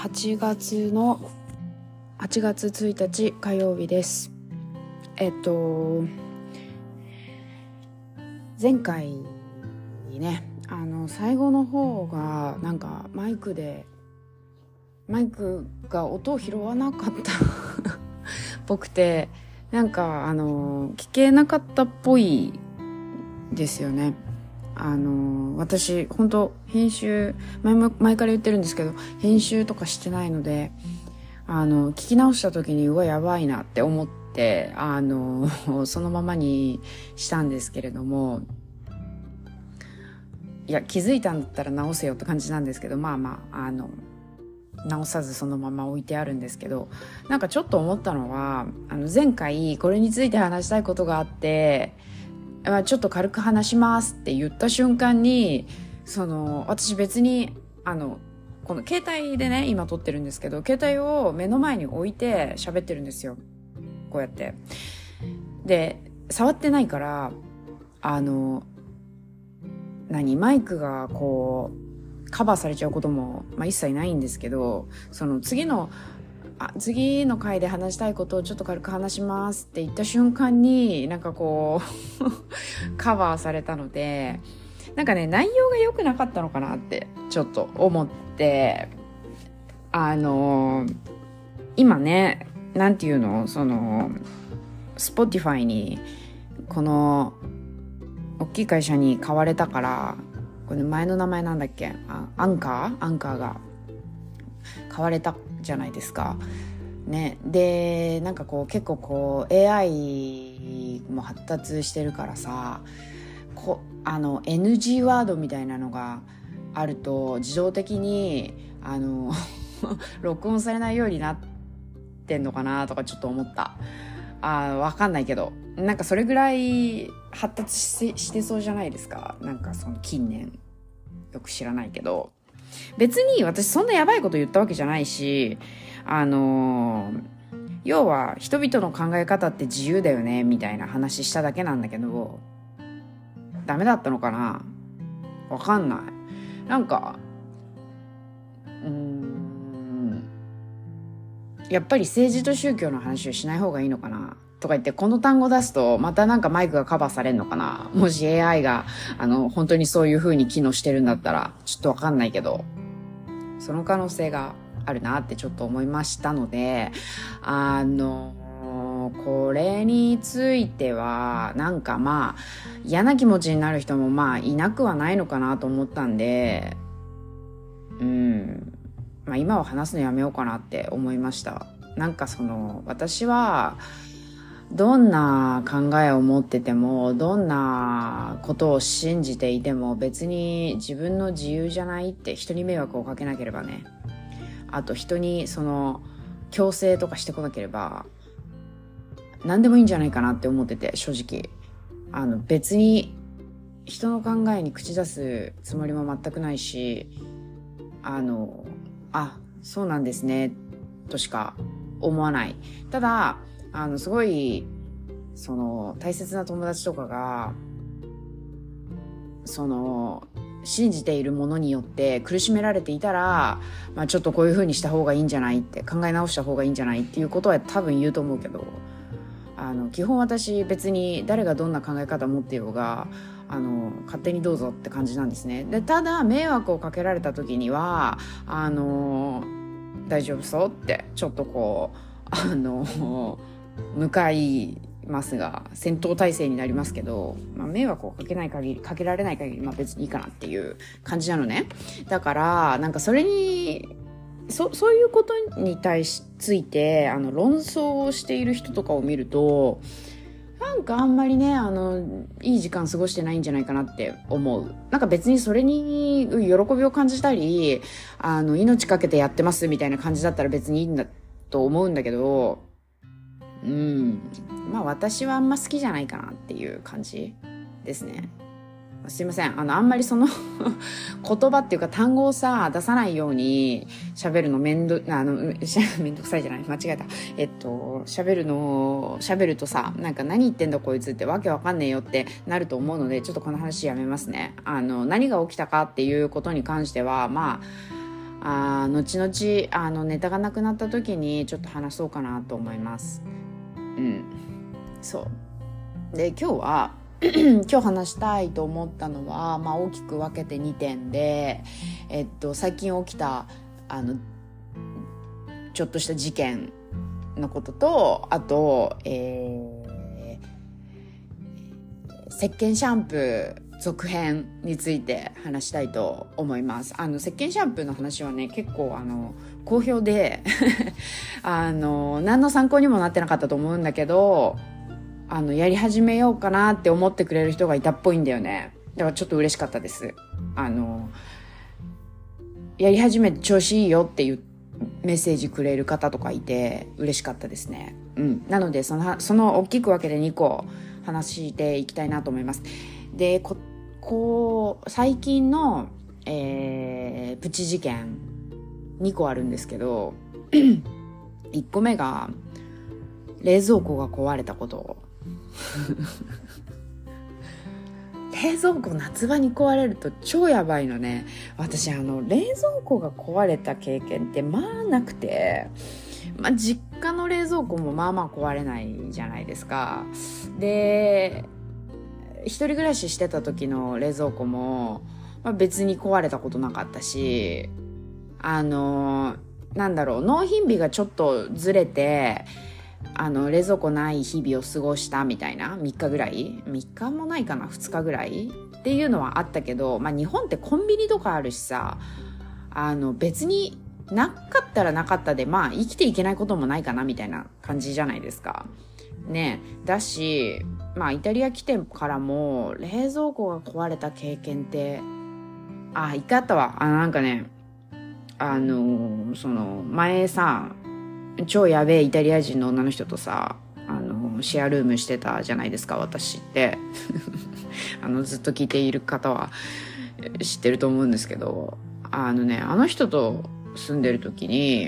8月1日火曜日です。前回ね、最後の方がなんかマイクが音を拾わなかったっぽくて、なんか聞けなかったっぽいですよね。私本当編集前から言ってるんですけど、編集とかしてないので、聞き直した時にやばいなって思ってそのままにしたんですけれども、いや気づいたんだったら直せよって感じなんですけど、直さずそのまま置いてあるんですけど、なんかちょっと思ったのは、前回これについて話したいことがあって、ちょっと軽く話しますって言った瞬間に、私別にこの携帯でね今撮ってるんですけど、携帯を目の前に置いて喋ってるんですよ、こうやって。で触ってないからマイクがこうカバーされちゃうことも、一切ないんですけど、その次の回で話したいことをちょっと軽く話しますって言った瞬間になんかこうカバーされたので、なんかね内容が良くなかったのかなってちょっと思って、今ねなんていうの、Spotify にこの大きい会社に買われたから、これ前の名前なんだっけ、アンカーが買われたじゃないですかね。でなんかこう結構こう AI も発達してるからさ、NG ワードみたいなのがあると自動的に録音されないようになってんのかなとかちょっと思った。わかんないけど、なんかそれぐらい発達してそうじゃないですか。なんかその近年よく知らないけど、別に私そんなやばいこと言ったわけじゃないし、要は人々の考え方って自由だよねみたいな話しただけなんだけど、ダメだったのかな、わかんない。なんかやっぱり政治と宗教の話をしない方がいいのかなとか言って、この単語出すとまたなんかマイクがカバーされるのかな、もし AI が本当にそういう風に機能してるんだったらちょっとわかんないけど、その可能性があるなってちょっと思いましたので、これについてはなんか嫌な気持ちになる人もいなくはないのかなと思ったんで、今は話すのやめようかなって思いました。なんか私はどんな考えを持ってても、どんなことを信じていても、別に自分の自由じゃないって、人に迷惑をかけなければね、あと人に強制とかしてこなければ何でもいいんじゃないかなって思ってて、正直別に人の考えに口出すつもりも全くないし、そうなんですねとしか思わない。ただすごい大切な友達とかが信じているものによって苦しめられていたら、ちょっとこういう風にした方がいいんじゃないって、考え直した方がいいんじゃないっていうことは多分言うと思うけど、基本私別に誰がどんな考え方持ってようが勝手にどうぞって感じなんですね。でただ迷惑をかけられた時には大丈夫そうってちょっとこう向かいますが、戦闘態勢になりますけど、迷惑をかけられない限り別にいいかなっていう感じなのね。だからなんかそれにそういうことについて論争をしている人とかを見ると、なんかあんまりねいい時間過ごしてないんじゃないかなって思う。なんか別にそれに喜びを感じたり命かけてやってますみたいな感じだったら別にいいんだと思うんだけど、私はあんま好きじゃないかなっていう感じですね。すいません、あんまり言葉っていうか単語を出さないように喋るのめんどくさいじゃない、間違えた。喋るとなんか何言ってんだこいつってわけわかんねえよってなると思うので、ちょっとこの話やめますね。何が起きたかっていうことに関しては後々ネタがなくなった時にちょっと話そうかなと思います。そうで、今日は今日話したいと思ったのは、大きく分けて2点で、最近起きたちょっとした事件のことと、あと、石鹸シャンプー続編について話したいと思います。石鹸シャンプーの話はね、結構好評で何の参考にもなってなかったと思うんだけど、やり始めようかなって思ってくれる人がいたっぽいんだよね。だからちょっと嬉しかったです。やり始めて調子いいよっていうメッセージくれる方とかいて嬉しかったですね。なのでその大きく分けて2個話していきたいなと思います。で、最近の、プチ事件2個あるんですけど1個目が冷蔵庫が壊れたこと冷蔵庫夏場に壊れると超やばいのね。私冷蔵庫が壊れた経験ってなくて、実家の冷蔵庫も壊れないじゃないですか。で、一人暮らししてた時の冷蔵庫も、別に壊れたことなかったし、納品日がちょっとずれて冷蔵庫ない日々を過ごしたみたいな、3日ぐらい、3日もないかな、2日ぐらいっていうのはあったけど、日本ってコンビニとかあるしさ、別になかったらなかったで生きていけないこともないかなみたいな感じじゃないですかね。だしイタリア来てからも冷蔵庫が壊れた経験って一回あったわ。前さ、超やべえイタリア人の女の人とさ、シェアルームしてたじゃないですか、私ってずっと聞いている方は知ってると思うんですけど、あの人と住んでる時に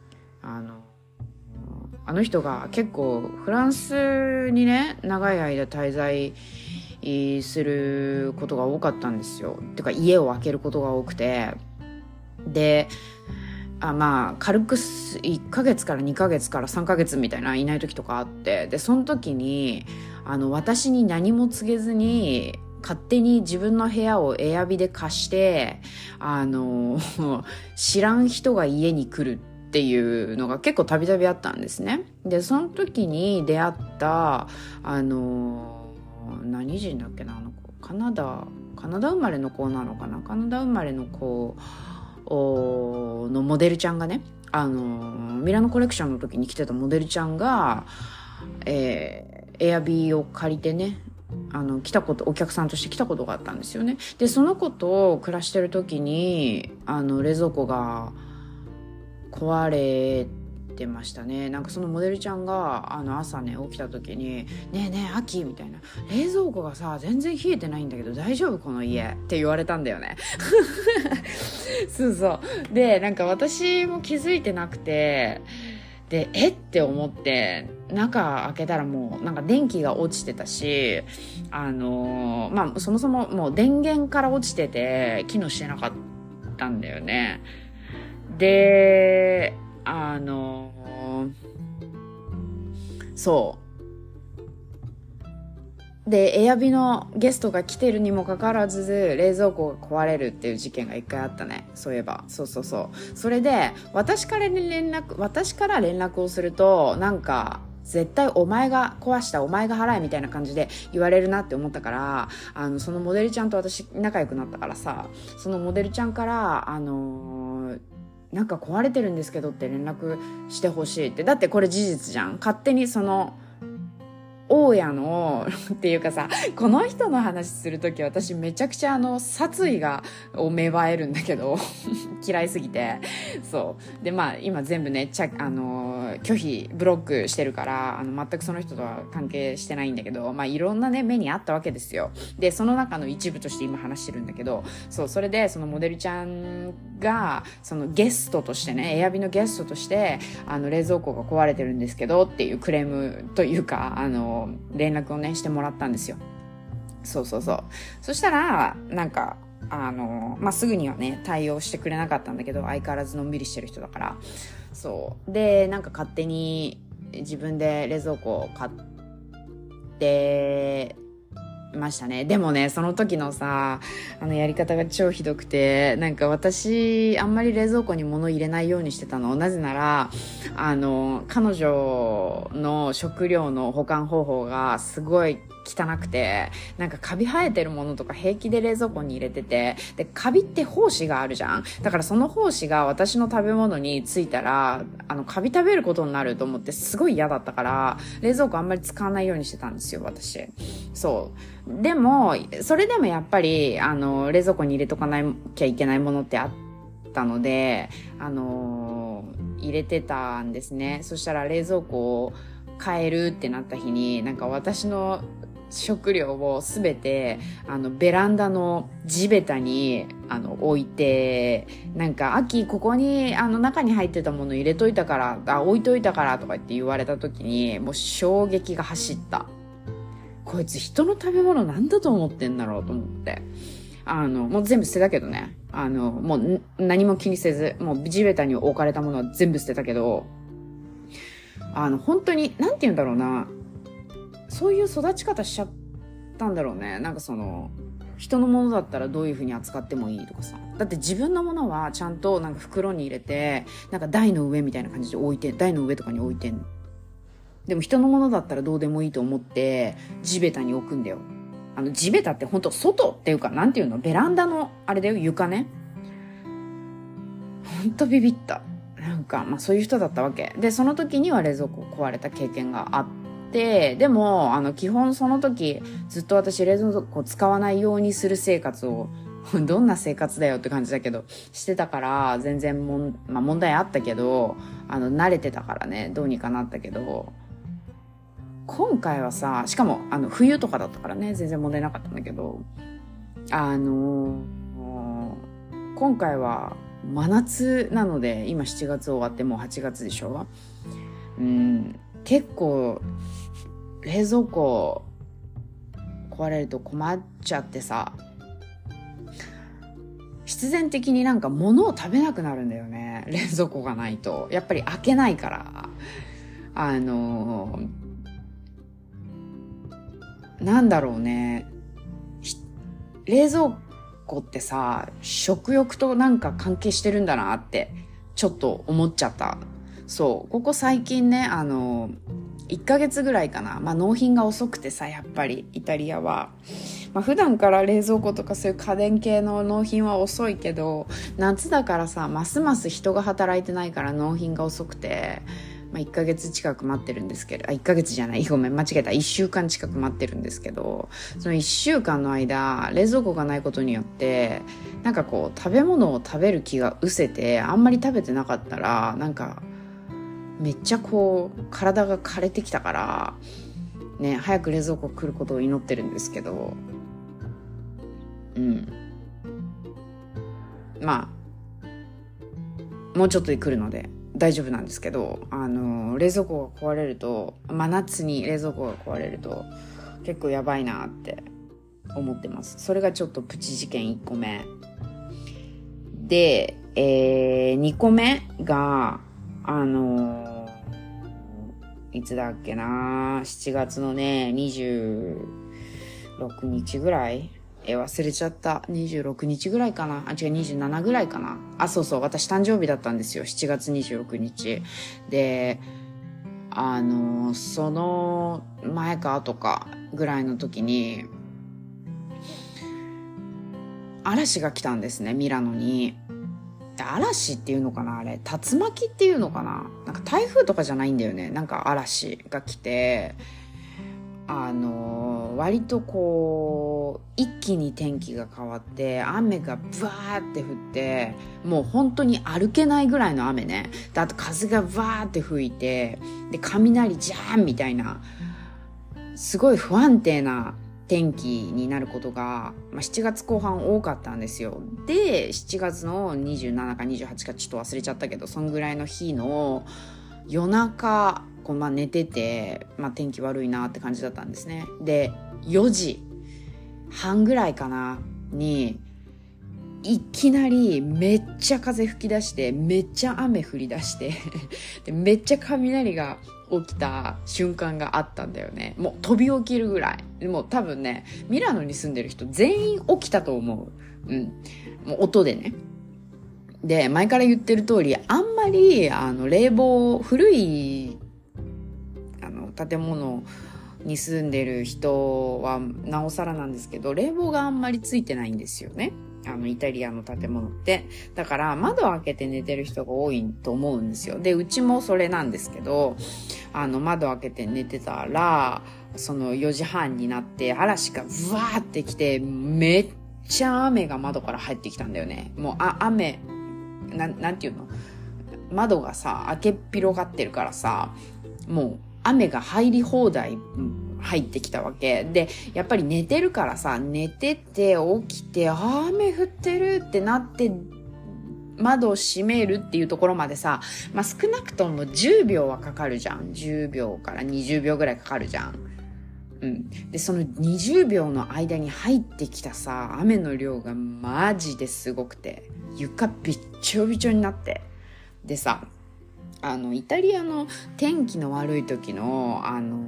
あの人が結構フランスにね、長い間滞在することが多かったんですよ。てか家を空けることが多くて、で軽く1ヶ月から2ヶ月から3ヶ月みたいないない時とかあって、でその時に私に何も告げずに勝手に自分の部屋をエアビで貸して知らん人が家に来るっていうのが結構たびたびあったんですね。でその時に出会った何人だっけな、カナダ生まれの子なのかな、カナダ生まれの子のモデルちゃんがね、ミラノコレクションの時に来てたモデルちゃんが、エアビーを借りてね、お客さんとして来たことがあったんですよね。でその子と暮らしてる時に冷蔵庫が壊れてましたね。そのモデルちゃんが朝ね起きた時に「ねえねえアキ」みたいな「冷蔵庫がさ全然冷えてないんだけど大丈夫この家」って言われたんだよねそうで私も気づいてなくて、でって思って中開けたらもう電気が落ちてたし、そもそももう電源から落ちてて機能してなかったんだよね。ででエアビのゲストが来てるにもかかわらず冷蔵庫が壊れるっていう事件が一回あったね。そういえばそうそれで私から連絡をすると絶対お前が壊した、お前が払えみたいな感じで言われるなって思ったから、そのモデルちゃんと私仲良くなったからさ、そのモデルちゃんから壊れてるんですけどって連絡してほしいって。だってこれ事実じゃん。勝手に大家のっていうかさ、この人の話するとき私めちゃくちゃ殺意を芽生えるんだけど嫌いすぎて。そうで今全部ね拒否ブロックしてるから全くその人とは関係してないんだけど、いろんなね目にあったわけですよ。でその中の一部として今話してるんだけど、それでそのモデルちゃんがそのゲストとしてね、エアビのゲストとして冷蔵庫が壊れてるんですけどっていうクレームというか連絡をねしてもらったんですよ。そしたらすぐにはね、対応してくれなかったんだけど、相変わらずのんびりしてる人だから。そう。で、なんか勝手に自分で冷蔵庫を買ってましたね。でもね、その時のさ、やり方が超ひどくて、なんか私、あんまり冷蔵庫に物入れないようにしてたの。なぜなら、彼女の食料の保管方法がすごい汚くて、なんかカビ生えてるものとか平気で冷蔵庫に入れてて、で、カビって胞子があるじゃん。だからその胞子が私の食べ物についたら、カビ食べることになると思ってすごい嫌だったから、冷蔵庫あんまり使わないようにしてたんですよ、私。そう。でも、それでもやっぱり、冷蔵庫に入れとかなきゃいけないものってあったので、入れてたんですね。そしたら冷蔵庫を変えるってなった日に、なんか私の食料をすべてベランダの地べたに置いて、なんか秋ここに中に入ってたもの入れといたから置いといたからとかって言われた時にもう衝撃が走った。こいつ人の食べ物なんだと思ってんだろうと思って、もう全部捨てたけどね、もう何も気にせず、もう地べたに置かれたものは全部捨てたけど、本当になんて言うんだろうな、そういう育ち方しちゃったんだろうね。なんか人のものだったらどういう風に扱ってもいいとかさ。だって自分のものはちゃんとなんか袋に入れて、なんか台の上みたいな感じで置いて、台の上とかに置いてんの。でも人のものだったらどうでもいいと思って地べたに置くんだよ。地べたって本当外っていうか、なんていうの、ベランダのあれだよ、床ね。本当ビビった。なんかそういう人だったわけで、その時には冷蔵庫壊れた経験があって、でも基本その時ずっと私冷蔵庫使わないようにする生活をどんな生活だよって感じだけどしてたから、全然問題あったけど慣れてたからね、どうにかなったけど、今回はさ、しかも冬とかだったからね、全然問題なかったんだけど、今回は真夏なので、今7月終わってもう8月でしょ。結構冷蔵庫壊れると困っちゃってさ、必然的になんか物を食べなくなるんだよね、冷蔵庫がないと。やっぱり開けないから、なんだろうね、冷蔵庫ってさ、食欲となんか関係してるんだなってちょっと思っちゃった。そう、ここ最近ね、1ヶ月ぐらいかな、納品が遅くてさ、やっぱりイタリアは、普段から冷蔵庫とかそういう家電系の納品は遅いけど、夏だからさ、ますます人が働いてないから納品が遅くて、1ヶ月近く待ってるんですけど、1ヶ月じゃない、ごめん、間違えた、1週間近く待ってるんですけど、その1週間の間、冷蔵庫がないことによって、なんかこう、食べ物を食べる気が失せて、あんまり食べてなかったら、なんか、めっちゃこう、体が枯れてきたから、ね、早く冷蔵庫来ることを祈ってるんですけど、もうちょっとで来るので、大丈夫なんですけど、冷蔵庫が壊れると、真夏に冷蔵庫が壊れると結構やばいなって思ってます。それがちょっとプチ事件1個目で、2個目がいつだっけな、7月のね26日ぐらい、忘れちゃった。26日ぐらいかな。違う、27ぐらいかな。そうそう、私誕生日だったんですよ。7月26日。で、その前か後かぐらいの時に、嵐が来たんですね、ミラノに。嵐っていうのかな、あれ。竜巻っていうのかな。なんか台風とかじゃないんだよね。なんか嵐が来て、割とこう一気に天気が変わって、雨がブワーって降って、もう本当に歩けないぐらいの雨ね。で、あと風がブワーって吹いて、で雷ジャーンみたいな、すごい不安定な天気になることが、7月後半多かったんですよ。で、7月の27か28かちょっと忘れちゃったけど、そんぐらいの日の夜中、寝てて、天気悪いなって感じだったんですね。で、4時半ぐらいかなに、 いきなりめっちゃ風吹き出して、めっちゃ雨降り出してでめっちゃ雷が起きた瞬間があったんだよね。もう飛び起きるぐらい。もう多分ね、ミラノに住んでる人全員起きたと思う。もう音でね。で、前から言ってる通り、あんまり冷房、古い建物に住んでる人はなおさらなんですけど、冷房があんまりついてないんですよね。イタリアの建物って。だから窓を開けて寝てる人が多いと思うんですよ。で、うちもそれなんですけど、窓開けて寝てたら、その4時半になって嵐がブワーってきて、めっちゃ雨が窓から入ってきたんだよね。もう、雨、なんていうの？窓がさ、開けっ広がってるからさ、もう雨が入り放題入ってきたわけで、やっぱり寝てるからさ、寝てて起きて雨降ってるってなって窓を閉めるっていうところまでさ、少なくとも10秒はかかるじゃん。10秒から20秒ぐらいかかるじゃん。でその20秒の間に入ってきたさ、雨の量がマジですごくて、床びっちょびちょになって、でさ、イタリアの天気の悪い時の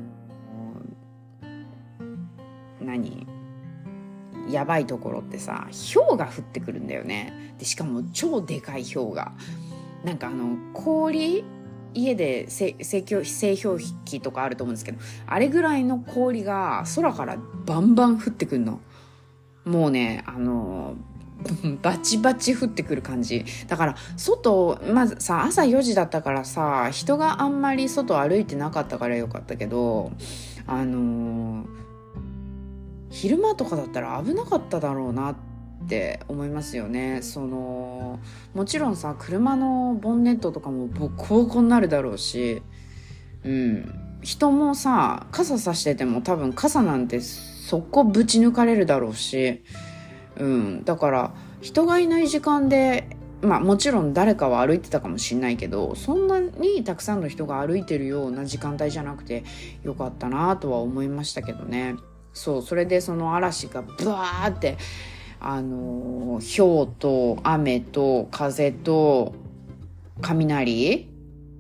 やばいところってさ、氷が降ってくるんだよね。でしかも超でかい氷が、なんか氷、家で製氷機とかあると思うんですけど、あれぐらいの氷が空からバンバン降ってくるの。もうね、バチバチ降ってくる感じだから、外まずさ、朝4時だったからさ、人があんまり外歩いてなかったからよかったけど、昼間とかだったら危なかっただろうなって思いますよね。もちろんさ、車のボンネットとかもボコボコになるだろうし、人もさ、傘さしてても多分傘なんてそこぶち抜かれるだろうし、だから人がいない時間で、もちろん誰かは歩いてたかもしれないけど、そんなにたくさんの人が歩いてるような時間帯じゃなくてよかったなとは思いましたけどね。それでその嵐がブワーって氷と雨と風と雷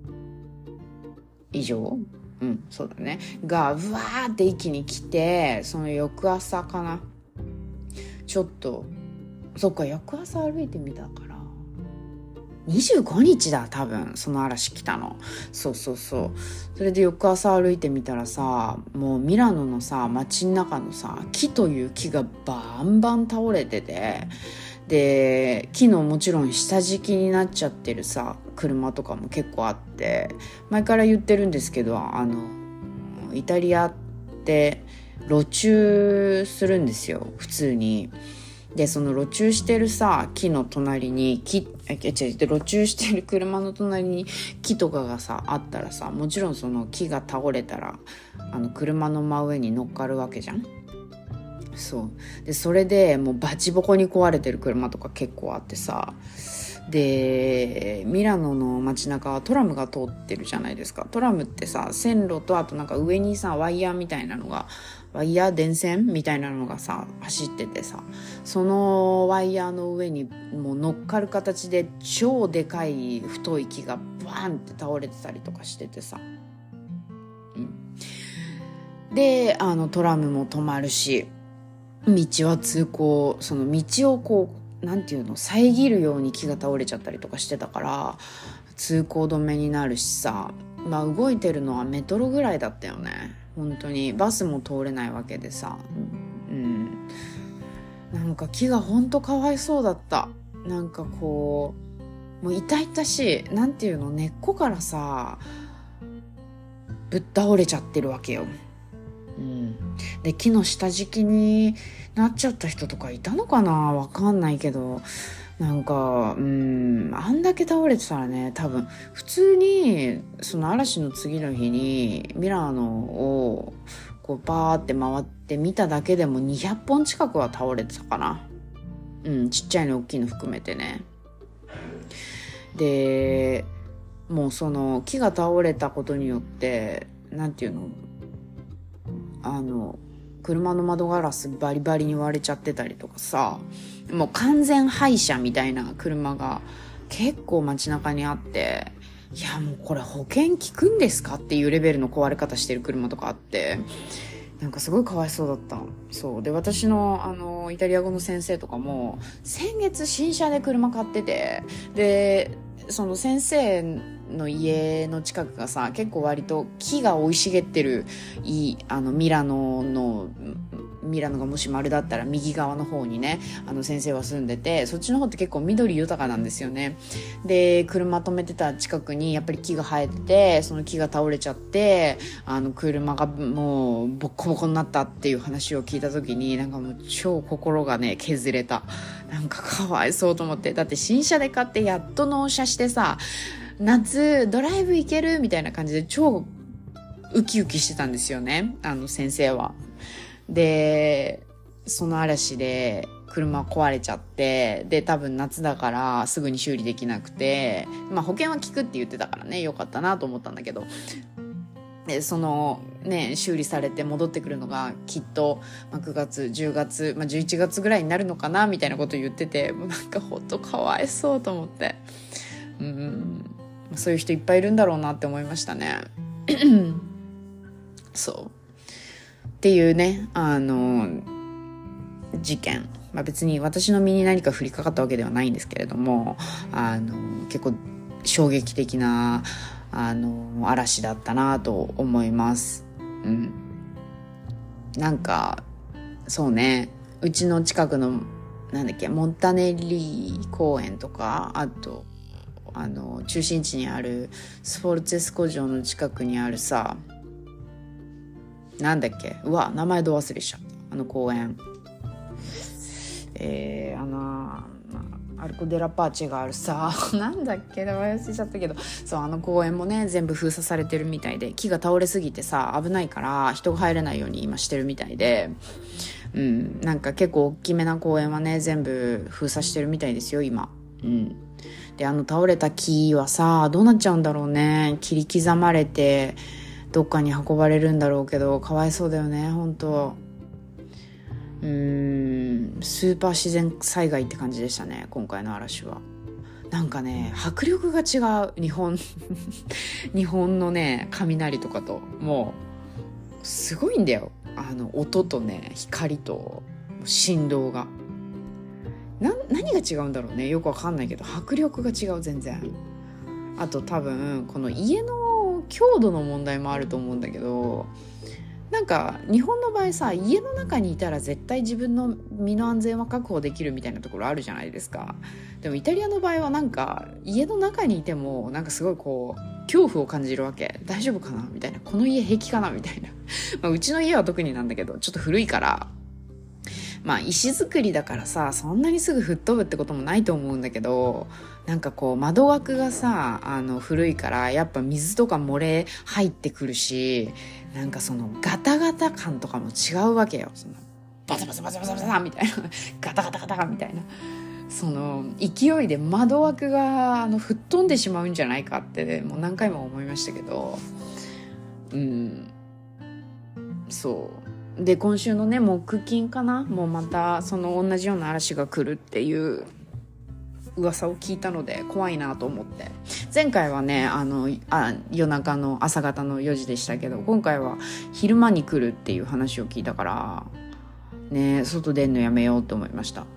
以上、そうだね、がブワーって一気に来て、その翌朝かな、ちょっと、そっか、翌朝歩いてみたから25日だ、多分その嵐来たの。そう。それで翌朝歩いてみたらさ、もうミラノのさ、街の中のさ、木という木がバンバン倒れてて、で木のもちろん下敷きになっちゃってるさ、車とかも結構あって、前から言ってるんですけど、イタリアって路駐するんですよ、普通に。でその路駐してるさ、木の隣に路駐してる車の隣に木とかがさあったらさ、もちろんその木が倒れたら車の真上に乗っかるわけじゃん。そうで、それでもうバチボコに壊れてる車とか結構あってさ、でミラノの街中はトラムが通ってるじゃないですか。トラムってさ、線路とあとなんか上にさ、ワイヤーみたいなのが、ワイヤー電線みたいなのがさ走っててさ、そのワイヤーの上にもう乗っかる形で超でかい太い木がバーンって倒れてたりとかしててさ、でトラムも止まるし、道は通行、その道をこうなんていうの、遮るように木が倒れちゃったりとかしてたから通行止めになるしさ、動いてるのはメトロぐらいだったよね。本当にバスも通れないわけでさ、なんか木が本当かわいそうだった。なんかこう、もう痛々しい、なんていうの、根っこからさぶっ倒れちゃってるわけよ。で木の下敷きになっちゃった人とかいたのかな、わかんないけど、なんかあんだけ倒れてたらね、多分普通にその嵐の次の日にミラノをこうバーって回って見ただけでも200本近くは倒れてたかな。ちっちゃいの大きいの含めてね。でもうその木が倒れたことによって、なんていうの、 車の窓ガラスバリバリに割れちゃってたりとかさ、もう完全廃車みたいな車が結構街中にあって、いやもうこれ保険効くんですかっていうレベルの壊れ方してる車とかあって、なんかすごいかわいそうだった。そうで、私のイタリア語の先生とかも先月新車で車買ってて、でその先生の家の近くがさ、結構割と木が生い茂ってるミラノがもし丸だったら右側の方にね、先生は住んでて、そっちの方って結構緑豊かなんですよね。で車止めてた近くにやっぱり木が生えてて、その木が倒れちゃって、車がもうボッコボコになったっていう話を聞いた時に、なんかもう超心がね削れた。なんかかわいそうと思って。だって新車で買ってやっと納車してさ、夏ドライブ行けるみたいな感じで超ウキウキしてたんですよね、先生は。でその嵐で車壊れちゃって、で多分夏だからすぐに修理できなくて、保険は効くって言ってたからね、よかったなと思ったんだけど、でそのね修理されて戻ってくるのがきっと9月10月、11月ぐらいになるのかなみたいなことを言ってて、もうなんかほんとかわいそうと思って、そういう人いっぱいいるんだろうなって思いましたねそうっていうね事件、別に私の身に何か降りかかったわけではないんですけれども、結構衝撃的な嵐だったなと思います。なんかそうね、うちの近くのモンタネリ公園とか、あと中心地にあるスフォルツェスコ城の近くにあるさ、名前ど忘れしちゃった、公園、アルコ・デ・ラ・パーチェがあるさ忘れちゃったけど、そう公園もね全部封鎖されてるみたいで、木が倒れすぎてさ危ないから人が入れないように今してるみたいで、なんか結構大きめな公園はね全部封鎖してるみたいですよ今。で倒れた木はさどうなっちゃうんだろうね。切り刻まれてどっかに運ばれるんだろうけど、かわいそうだよね本当。スーパー自然災害って感じでしたね今回の嵐は。なんかね迫力が違う、日本のね雷とかともうすごいんだよ、音とね光と振動が。何が違うんだろうね、よくわかんないけど迫力が違う全然。あと多分この家の強度の問題もあると思うんだけど、なんか日本の場合さ、家の中にいたら絶対自分の身の安全は確保できるみたいなところあるじゃないですか。でもイタリアの場合はなんか家の中にいてもなんかすごいこう恐怖を感じるわけ。大丈夫かなみたいな、この家平気かなみたいなうちの家は特になんだけどちょっと古いから、石造りだからさそんなにすぐ吹っ飛ぶってこともないと思うんだけど、なんかこう窓枠がさ古いからやっぱ水とか漏れ入ってくるし、なんかそのガタガタ感とかも違うわけよ。そのバサバサバサバサバサみたいなガタガタガタみたいな、その勢いで窓枠が吹っ飛んでしまうんじゃないかってもう何回も思いましたけど、そうで今週のね木金かな、もうまたその同じような嵐が来るっていう噂を聞いたので怖いなと思って、前回はね夜中の朝方の4時でしたけど、今回は昼間に来るっていう話を聞いたからね、外出んのやめようと思いました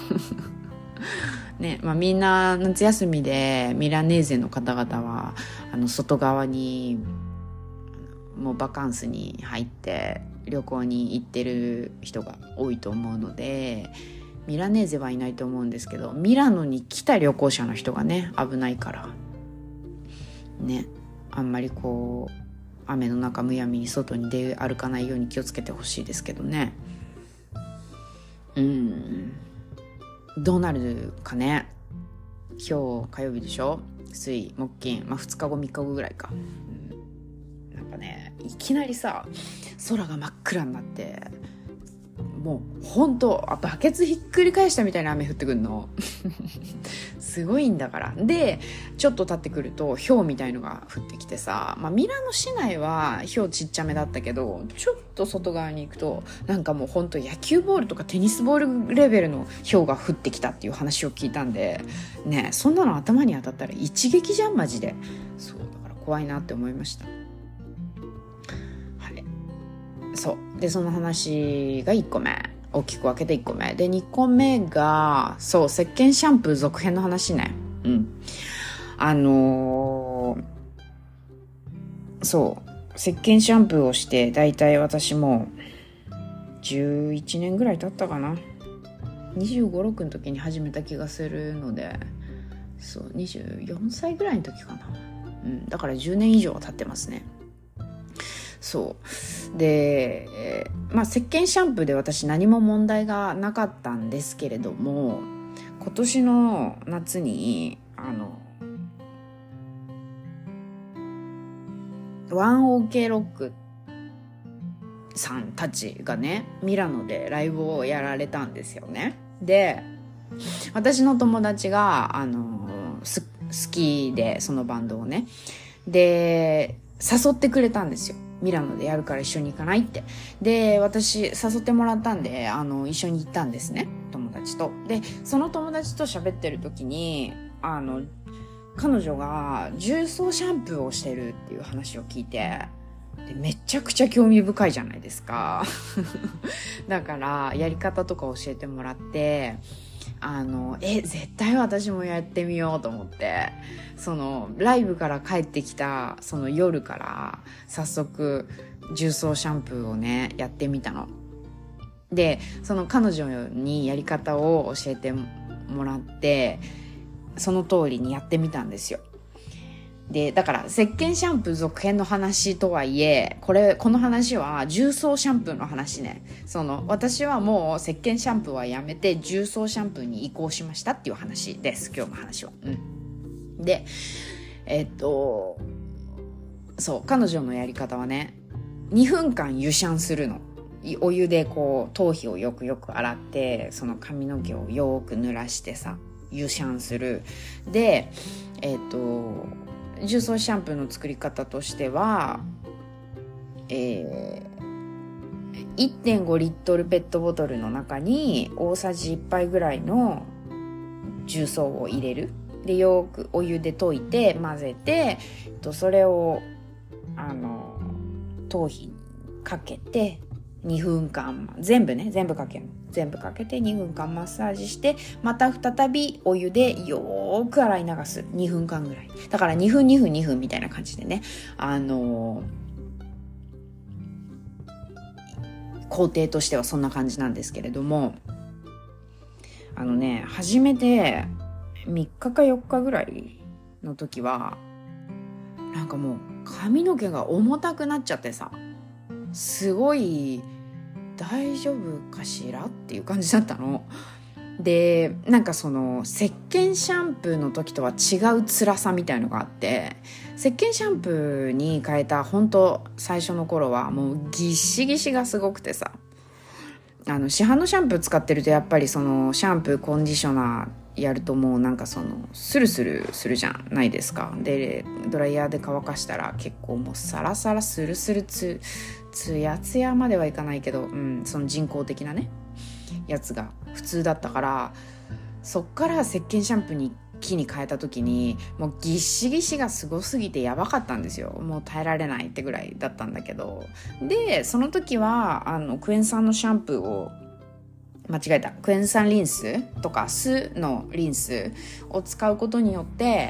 ね、みんな夏休みでミラネーゼの方々は外側にもうバカンスに入って旅行に行ってる人が多いと思うので、ミラネーゼはいないと思うんですけど、ミラノに来た旅行者の人がね危ないからね、あんまりこう雨の中むやみに外に出歩かないように気をつけてほしいですけどね。どうなるかね。今日火曜日でしょ、水木金、2日後3日後ぐらいか、なんかねいきなりさ空が真っ暗になって、もうほんとバケツひっくり返したみたいな雨降ってくるのすすごいんだから。で、ちょっと経ってくると、雹みたいのが降ってきてさ、ミラノ市内は雹ちっちゃめだったけど、ちょっと外側に行くと、なんかもうほんと野球ボールとかテニスボールレベルの雹が降ってきたっていう話を聞いたんで、ね、そんなの頭に当たったら一撃じゃん、マジで。そう、だから怖いなって思いました。はい。そう。で、その話が1個目。大きく分けて1個目で、2個目がそう石鹸シャンプー続編の話ね。そう石鹸シャンプーをしてだいたい私も11年ぐらい経ったかな。25、6の時に始めた気がするので、そう24歳ぐらいの時かな。だから10年以上経ってますね。そうで、石鹸シャンプーで私何も問題がなかったんですけれども、今年の夏に1OK ロックさんたちがね、ミラノでライブをやられたんですよね。で、私の友達が好きで、そのバンドをね、で誘ってくれたんですよ。ミラノでやるから一緒に行かないって。で、私誘ってもらったんで一緒に行ったんですね、友達と。で、その友達と喋ってる時に彼女が重曹シャンプーをしてるっていう話を聞いて、でめちゃくちゃ興味深いじゃないですかだからやり方とか教えてもらって、絶対私もやってみようと思って、そのライブから帰ってきたその夜から早速重曹シャンプーをねやってみたの。で、その彼女にやり方を教えてもらって、その通りにやってみたんですよ。で、だから石鹸シャンプー続編の話とはいえ、この話は重曹シャンプーの話ね。私はもう石鹸シャンプーはやめて重曹シャンプーに移行しましたっていう話です、今日の話は。で、そう、彼女のやり方はね、2分間湯シャンするの。お湯でこう頭皮をよくよく洗って、その髪の毛をよく濡らしてさ、湯シャンする。で、重曹シャンプーの作り方としては、1.5 リットルペットボトルの中に大さじ1杯ぐらいの重曹を入れる。で、よくお湯で溶いて混ぜて、それを頭皮にかけて2分間全部かけるの。全部かけて2分間マッサージして、また再びお湯でよーく洗い流す。2分間ぐらい。だから2分2分2分みたいな感じでね、工程としてはそんな感じなんですけれども、初めて3日か4日ぐらいの時はなんかもう髪の毛が重たくなっちゃってさ、すごい大丈夫かしらっていう感じだったので、なんかその石鹸シャンプーの時とは違う辛さみたいのがあって、石鹸シャンプーに変えた本当最初の頃はもうギシギシがすごくてさ、市販のシャンプー使ってるとやっぱりそのシャンプーコンディショナーやるともうなんかそのスルスルするじゃないですか。でドライヤーで乾かしたら結構もうサラサラスルスルツヤツヤまではいかないけど、その人工的なねやつが普通だったから、そっから石鹸シャンプーに変えた時にもうギシギシがすごすぎてやばかったんですよ。もう耐えられないってぐらいだったんだけど、でその時はクエン酸のシャンプーをクエン酸リンスとか酢のリンスを使うことによって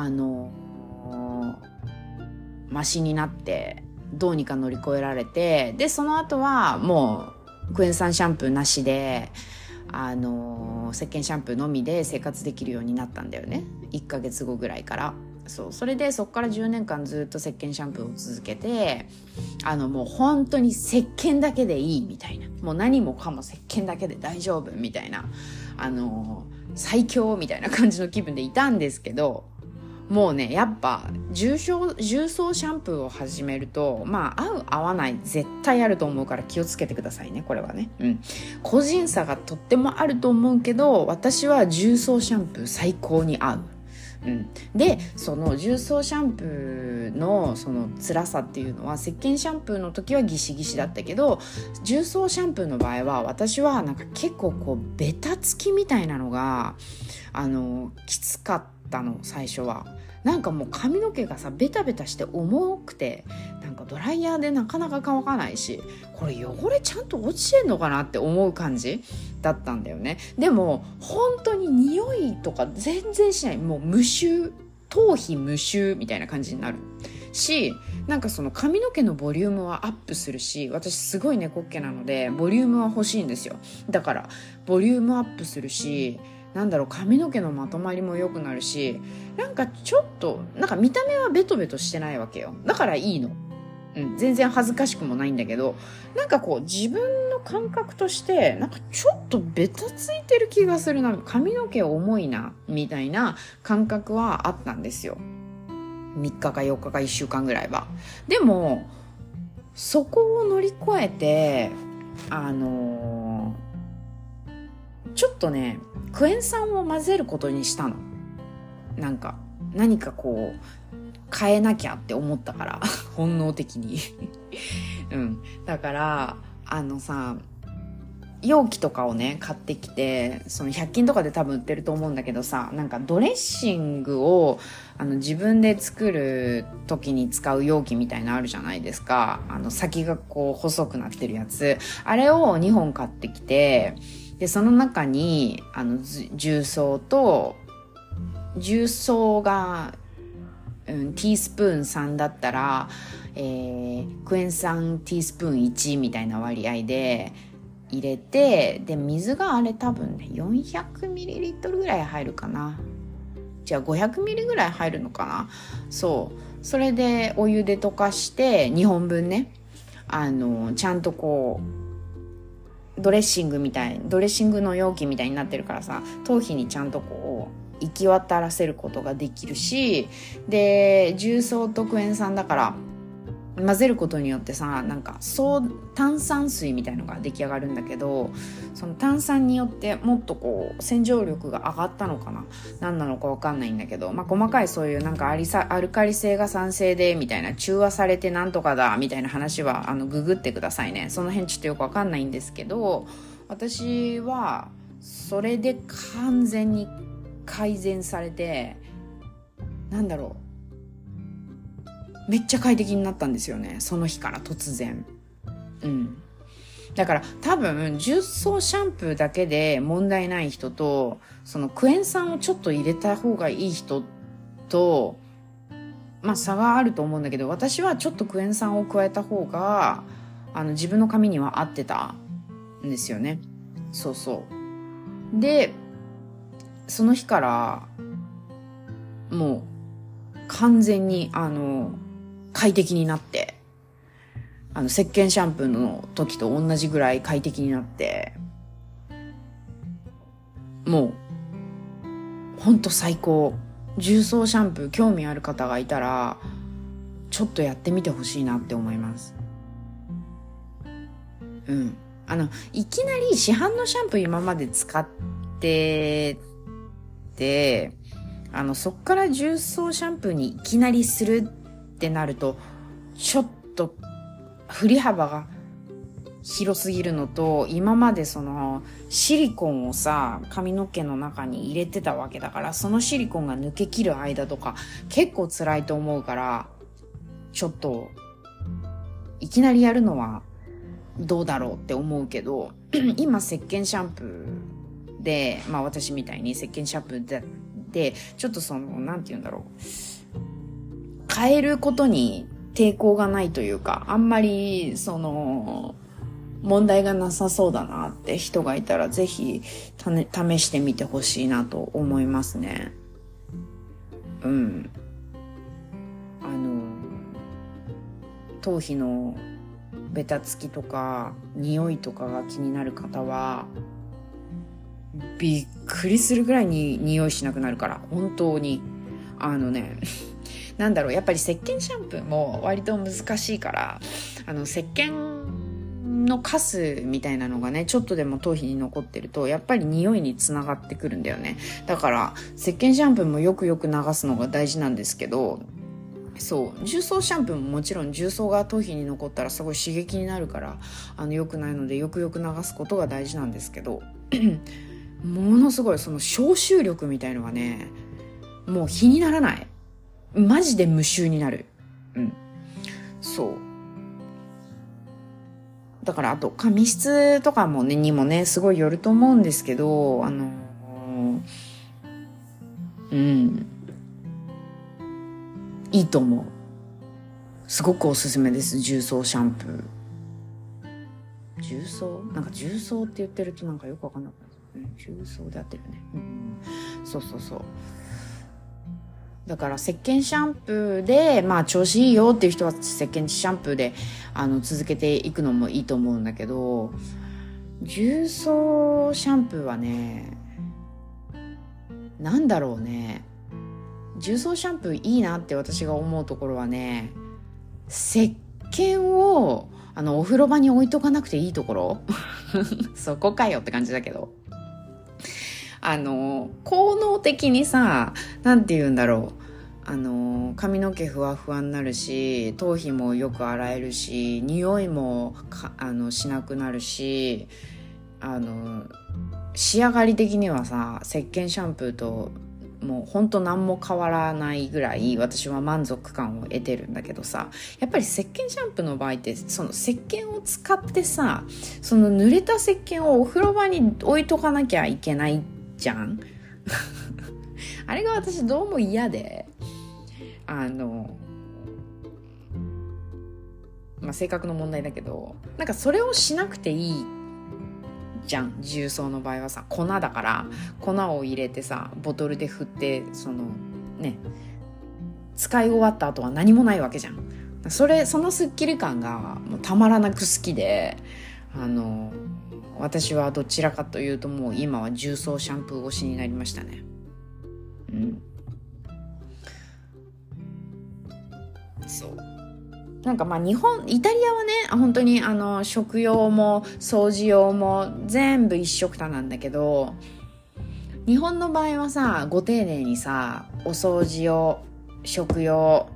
マシになってどうにか乗り越えられて、でその後はもうクエン酸シャンプーなしで石鹸シャンプーのみで生活できるようになったんだよね、1ヶ月後ぐらいから。それでそっから10年間ずっと石鹸シャンプーを続けて、もう本当に石鹸だけでいいみたいな、もう何もかも石鹸だけで大丈夫みたいな最強みたいな感じの気分でいたんですけど、 もうね、やっぱ重曹シャンプーを始めると、まあ合う合わない絶対あると思うから気をつけてくださいね、これはね。個人差がとってもあると思うけど、私は重曹シャンプー最高に合う。で、その重曹シャンプーのその辛さっていうのは、石鹸シャンプーの時はギシギシだったけど、重曹シャンプーの場合は私はなんか結構こうベタつきみたいなのがきつかったの、最初は。なんかもう髪の毛がさベタベタして重くて、なんかドライヤーでなかなか乾かないし、これ汚れちゃんと落ちてんのかなって思う感じだったんだよね。でも本当に匂いとか全然しない。もう無臭、頭皮無臭みたいな感じになるし、なんかその髪の毛のボリュームはアップするし、私すごい猫っ毛なのでボリュームは欲しいんですよ。だからボリュームアップするし、なんだろう、髪の毛のまとまりも良くなるし、なんかちょっとなんか見た目はベトベトしてないわけよ。だからいいの。全然恥ずかしくもないんだけど、なんかこう自分の感覚としてなんかちょっとベタついてる気がするな、髪の毛重いなみたいな感覚はあったんですよ。3日か4日か1週間ぐらいは。でもそこを乗り越えてちょっとね、クエン酸を混ぜることにしたの。なんか何かこう変えなきゃって思ったから本能的にだから容器とかをね買ってきて、その100均とかで多分売ってると思うんだけどさ、なんかドレッシングを自分で作る時に使う容器みたいなのあるじゃないですか。先がこう細くなってるやつ、あれを2本買ってきて、でその中に重曹がティースプーン3だったら、クエン酸ティースプーン1みたいな割合で入れて、で水があれ多分ね 400ml ぐらい入るかな、じゃあ 500ml ぐらい入るのかな。それでお湯で溶かして2本分ね、ちゃんとこうドレッシングの容器みたいになってるからさ、頭皮にちゃんとこう行き渡らせることができるし、で重曹とクエン酸だから混ぜることによってさ、なんか炭酸水みたいのが出来上がるんだけど、その炭酸によってもっとこう洗浄力が上がったのかな、何なのか分かんないんだけど、細かいそういうなんかアルカリ性が酸性でみたいな、中和されてなんとかだみたいな話はググってくださいね。その辺ちょっとよく分かんないんですけど、私はそれで完全に改善されて、なんだろう、めっちゃ快適になったんですよね、その日から突然。だから多分重曹シャンプーだけで問題ない人と、そのクエン酸をちょっと入れた方がいい人と差があると思うんだけど、私はちょっとクエン酸を加えた方が自分の髪には合ってたんですよね。でその日からもう完全に快適になって、石鹸シャンプーの時と同じぐらい快適になって、もうほんと最高。重曹シャンプー興味ある方がいたらちょっとやってみてほしいなって思います。いきなり市販のシャンプー今まで使ってて、そっから重曹シャンプーにいきなりするってなると、ちょっと振り幅が広すぎるのと、今までそのシリコンをさ髪の毛の中に入れてたわけだから、そのシリコンが抜けきる間とか結構辛いと思うから、ちょっといきなりやるのはどうだろうって思うけど今石鹸シャンプーで、私みたいに石鹸シャンプーでちょっとそのなんて言うんだろう、変えることに抵抗がないというか、あんまりその問題がなさそうだなって人がいたら、ぜひ試してみてほしいなと思いますね。頭皮のベタつきとか匂いとかが気になる方はびっくりするぐらいに匂いしなくなるから、本当になんだろう、やっぱり石鹸シャンプーも割と難しいから、石鹸のカスみたいなのがね、ちょっとでも頭皮に残ってると、やっぱり匂いにつながってくるんだよね。だから、石鹸シャンプーもよくよく流すのが大事なんですけど、そう、重曹シャンプーももちろん重曹が頭皮に残ったらすごい刺激になるから、良くないのでよくよく流すことが大事なんですけど、ものすごいその消臭力みたいのがね、もう比にならない。マジで無臭になる。そう。だからあと髪質とかもね、にもね、すごいよると思うんですけど、いいと思う。すごくおすすめです、重曹シャンプー。重曹なんか重曹って言ってるとなんかよくわかんなくなる。重曹で合ってるね。そうそうそう。だから石鹸シャンプーで調子いいよっていう人は石鹸シャンプーで続けていくのもいいと思うんだけど、重曹シャンプーはね、なんだろうね、重曹シャンプーいいなって私が思うところはね、石鹸をお風呂場に置いとかなくていいところそこかよって感じだけど、効能的にさ、なんて言うんだろう、髪の毛ふわふわになるし、頭皮もよく洗えるし、匂いもしなくなるし、仕上がり的にはさ、石鹸シャンプーともうほんと何も変わらないぐらい私は満足感を得てるんだけどさ、やっぱり石鹸シャンプーの場合ってその石鹸を使ってさ、その濡れた石鹸をお風呂場に置いとかなきゃいけないじゃんあれが私どうも嫌で、性格の問題だけど、なんかそれをしなくていいじゃん。重曹の場合はさ、粉だから粉を入れてさ、ボトルで振って、そのね、使い終わった後は何もないわけじゃん。そのスッキリ感がもうたまらなく好きで、私はどちらかというともう今は重曹シャンプー推しになりましたね。そう。なんかイタリアはね、本当に食用も掃除用も全部一緒くたなんだけど、日本の場合はさ、ご丁寧にさ、お掃除用、食用、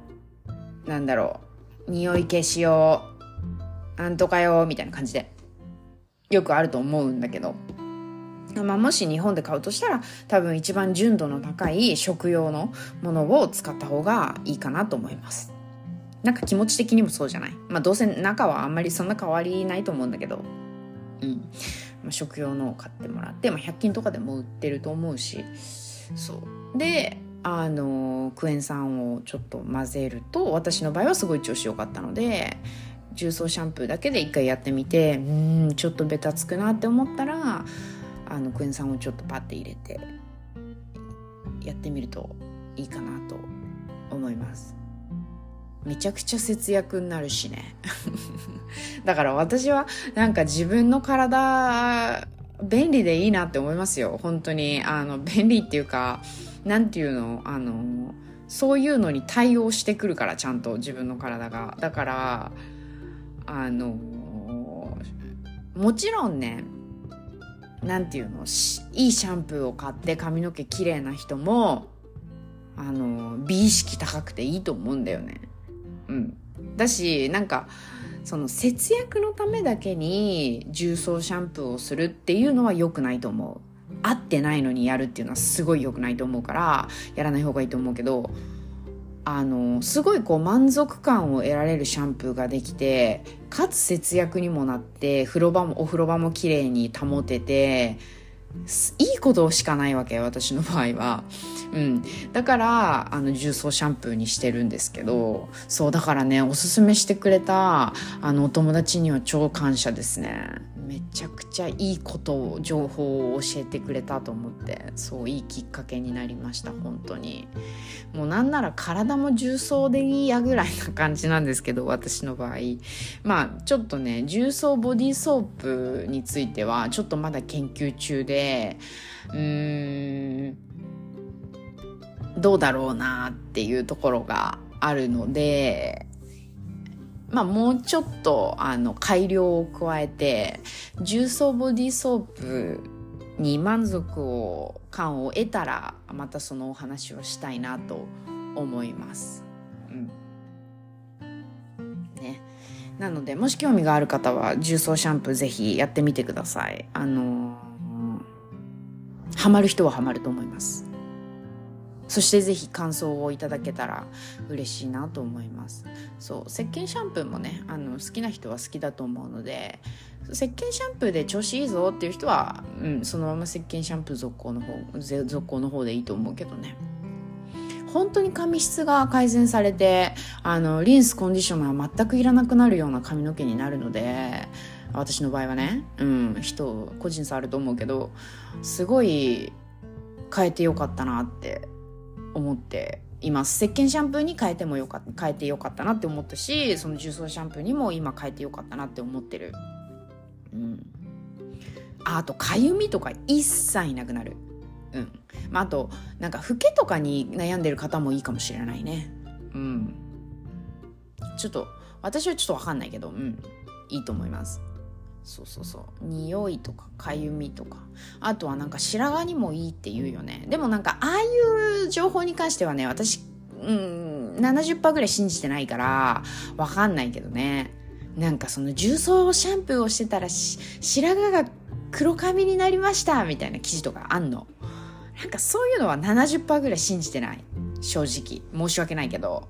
匂い消し用、なんとか用みたいな感じでよくあると思うんだけど、もし日本で買うとしたら多分一番純度の高い食用のものを使った方がいいかなと思います。なんか気持ち的にもそうじゃない？どうせ中はあんまりそんな変わりないと思うんだけど、食用のを買ってもらって、100均とかでも売ってると思うし、そうでクエン酸をちょっと混ぜると、私の場合はすごい調子良かったので、重曹シャンプーだけで一回やってみて、ちょっとベタつくなって思ったらクエン酸をちょっとパッて入れてやってみるといいかなと思います。めちゃくちゃ節約になるしねだから私はなんか自分の体便利でいいなって思いますよ。本当に便利っていうか、なんていうの、そういうのに対応してくるから、ちゃんと自分の体が。だからもちろんね、なんていうの、いいシャンプーを買って髪の毛綺麗な人も美意識高くていいと思うんだよね。だし、なんかその節約のためだけに重曹シャンプーをするっていうのは良くないと思う。合ってないのにやるっていうのはすごい良くないと思うから、やらない方がいいと思うけど、すごい満足感を得られるシャンプーができて、かつ節約にもなって、お風呂場も綺麗に保てて、いいことしかないわけ、私の場合は。だから重曹シャンプーにしてるんですけど、そうだからね、おすすめしてくれたお友達には超感謝ですね。めちゃくちゃいい情報を教えてくれたと思って、そう、いいきっかけになりました。本当にもうなんなら体も重曹でいいやぐらいな感じなんですけど、私の場合ちょっとね、重曹ボディーソープについてはちょっとまだ研究中で、 どうだろうなっていうところがあるので、もうちょっと改良を加えて重曹ボディーソープに満足感を得たらまたそのお話をしたいなと思います。ね。なのでもし興味がある方は重曹シャンプーぜひやってみてください。ハマる人はハマると思います。そしてぜひ感想をいただけたら嬉しいなと思います。そう、石鹸シャンプーもね、好きな人は好きだと思うので、石鹸シャンプーで調子いいぞっていう人は、そのまま石鹸シャンプー続行の方でいいと思うけどね。本当に髪質が改善されて、リンスコンディショナーは全くいらなくなるような髪の毛になるので、私の場合はね、個人差あると思うけど、すごい変えてよかったなって思っています。石鹸シャンプーに変えてよかったなって思ったし、その重曹シャンプーにも今変えてよかったなって思ってる。あとかゆみとか一切なくなる。あとなんか老けとかに悩んでる方もいいかもしれないね。ちょっと私はちょっと分かんないけど、いいと思います。そう匂いとかかゆみとか、あとはなんか白髪にもいいって言うよね。でもなんかああいう情報に関してはね、私70% ぐらい信じてないからわかんないけどね。なんかその重曹シャンプーをしてたら白髪が黒髪になりましたみたいな記事とかあんの。なんかそういうのは 70% ぐらい信じてない。正直申し訳ないけど、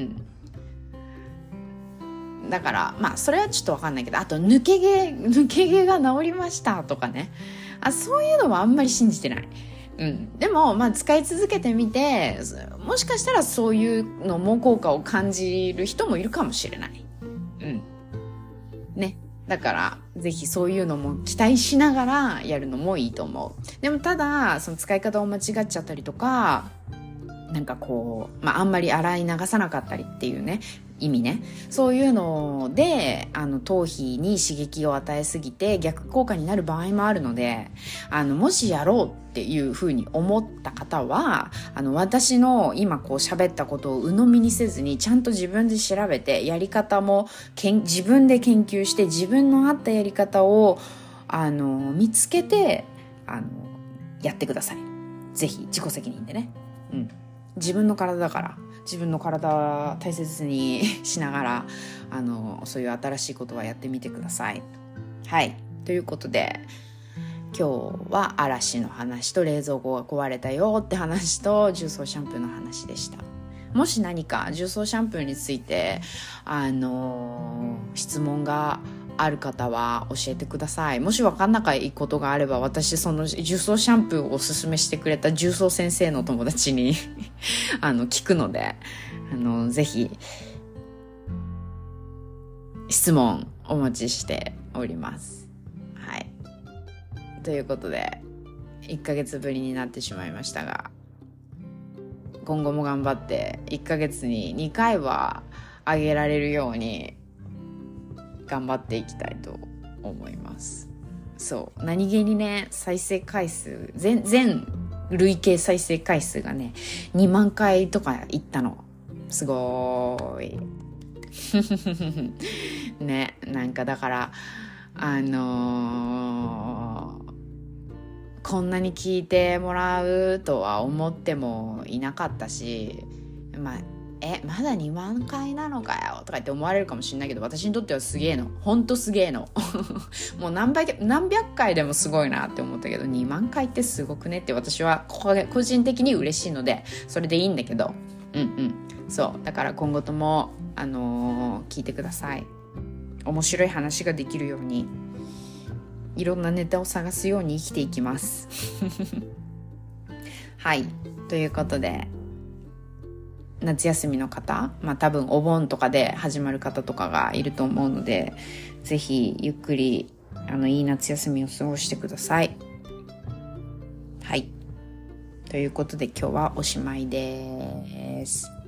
だからそれはちょっと分かんないけど、あと抜け毛が治りましたとかね、そういうのはあんまり信じてない。でも使い続けてみて、もしかしたらそういうのも効果を感じる人もいるかもしれない。ね。だからぜひそういうのも期待しながらやるのもいいと思う。でもただその使い方を間違っちゃったりとか、なんかあんまり洗い流さなかったりっていうね、意味ね、そういうので頭皮に刺激を与えすぎて逆効果になる場合もあるので、もしやろうっていうふうに思った方は私の今喋ったことを鵜呑みにせずに、ちゃんと自分で調べて、やり方も自分で研究して、自分の合ったやり方を見つけてやってください。ぜひ自己責任でね。自分の体だから、自分の体大切にしながらそういう新しいことはやってみてください。はい、ということで今日は嵐の話と冷蔵庫が壊れたよって話と重曹シャンプーの話でした。もし何か重曹シャンプーについて質問がある方は教えてください。もし分かんないことがあれば、私その重曹シャンプーをおすすめしてくれた重曹先生の友達に聞くので、ぜひ質問お待ちしております。はい、ということで1ヶ月ぶりになってしまいましたが、今後も頑張って1ヶ月に2回はあげられるように頑張っていきたいと思います。そう、何気にね、再生回数全累計再生回数がね2万回とかいったの。すごーいね。なんかだからこんなに聞いてもらうとは思ってもいなかったし、まだ2万回なのかよとか言って思われるかもしれないけど、私にとってはすげえの、ほんとすげえのもう何百回でもすごいなって思ったけど、2万回ってすごくねって私は個人的に嬉しいので、それでいいんだけど、そうだから今後とも聞いてください。面白い話ができるように、いろんなネタを探すように生きていきますはい、ということで夏休みの方、多分お盆とかで始まる方とかがいると思うので、ぜひゆっくりいい夏休みを過ごしてください。はい、ということで今日はおしまいです。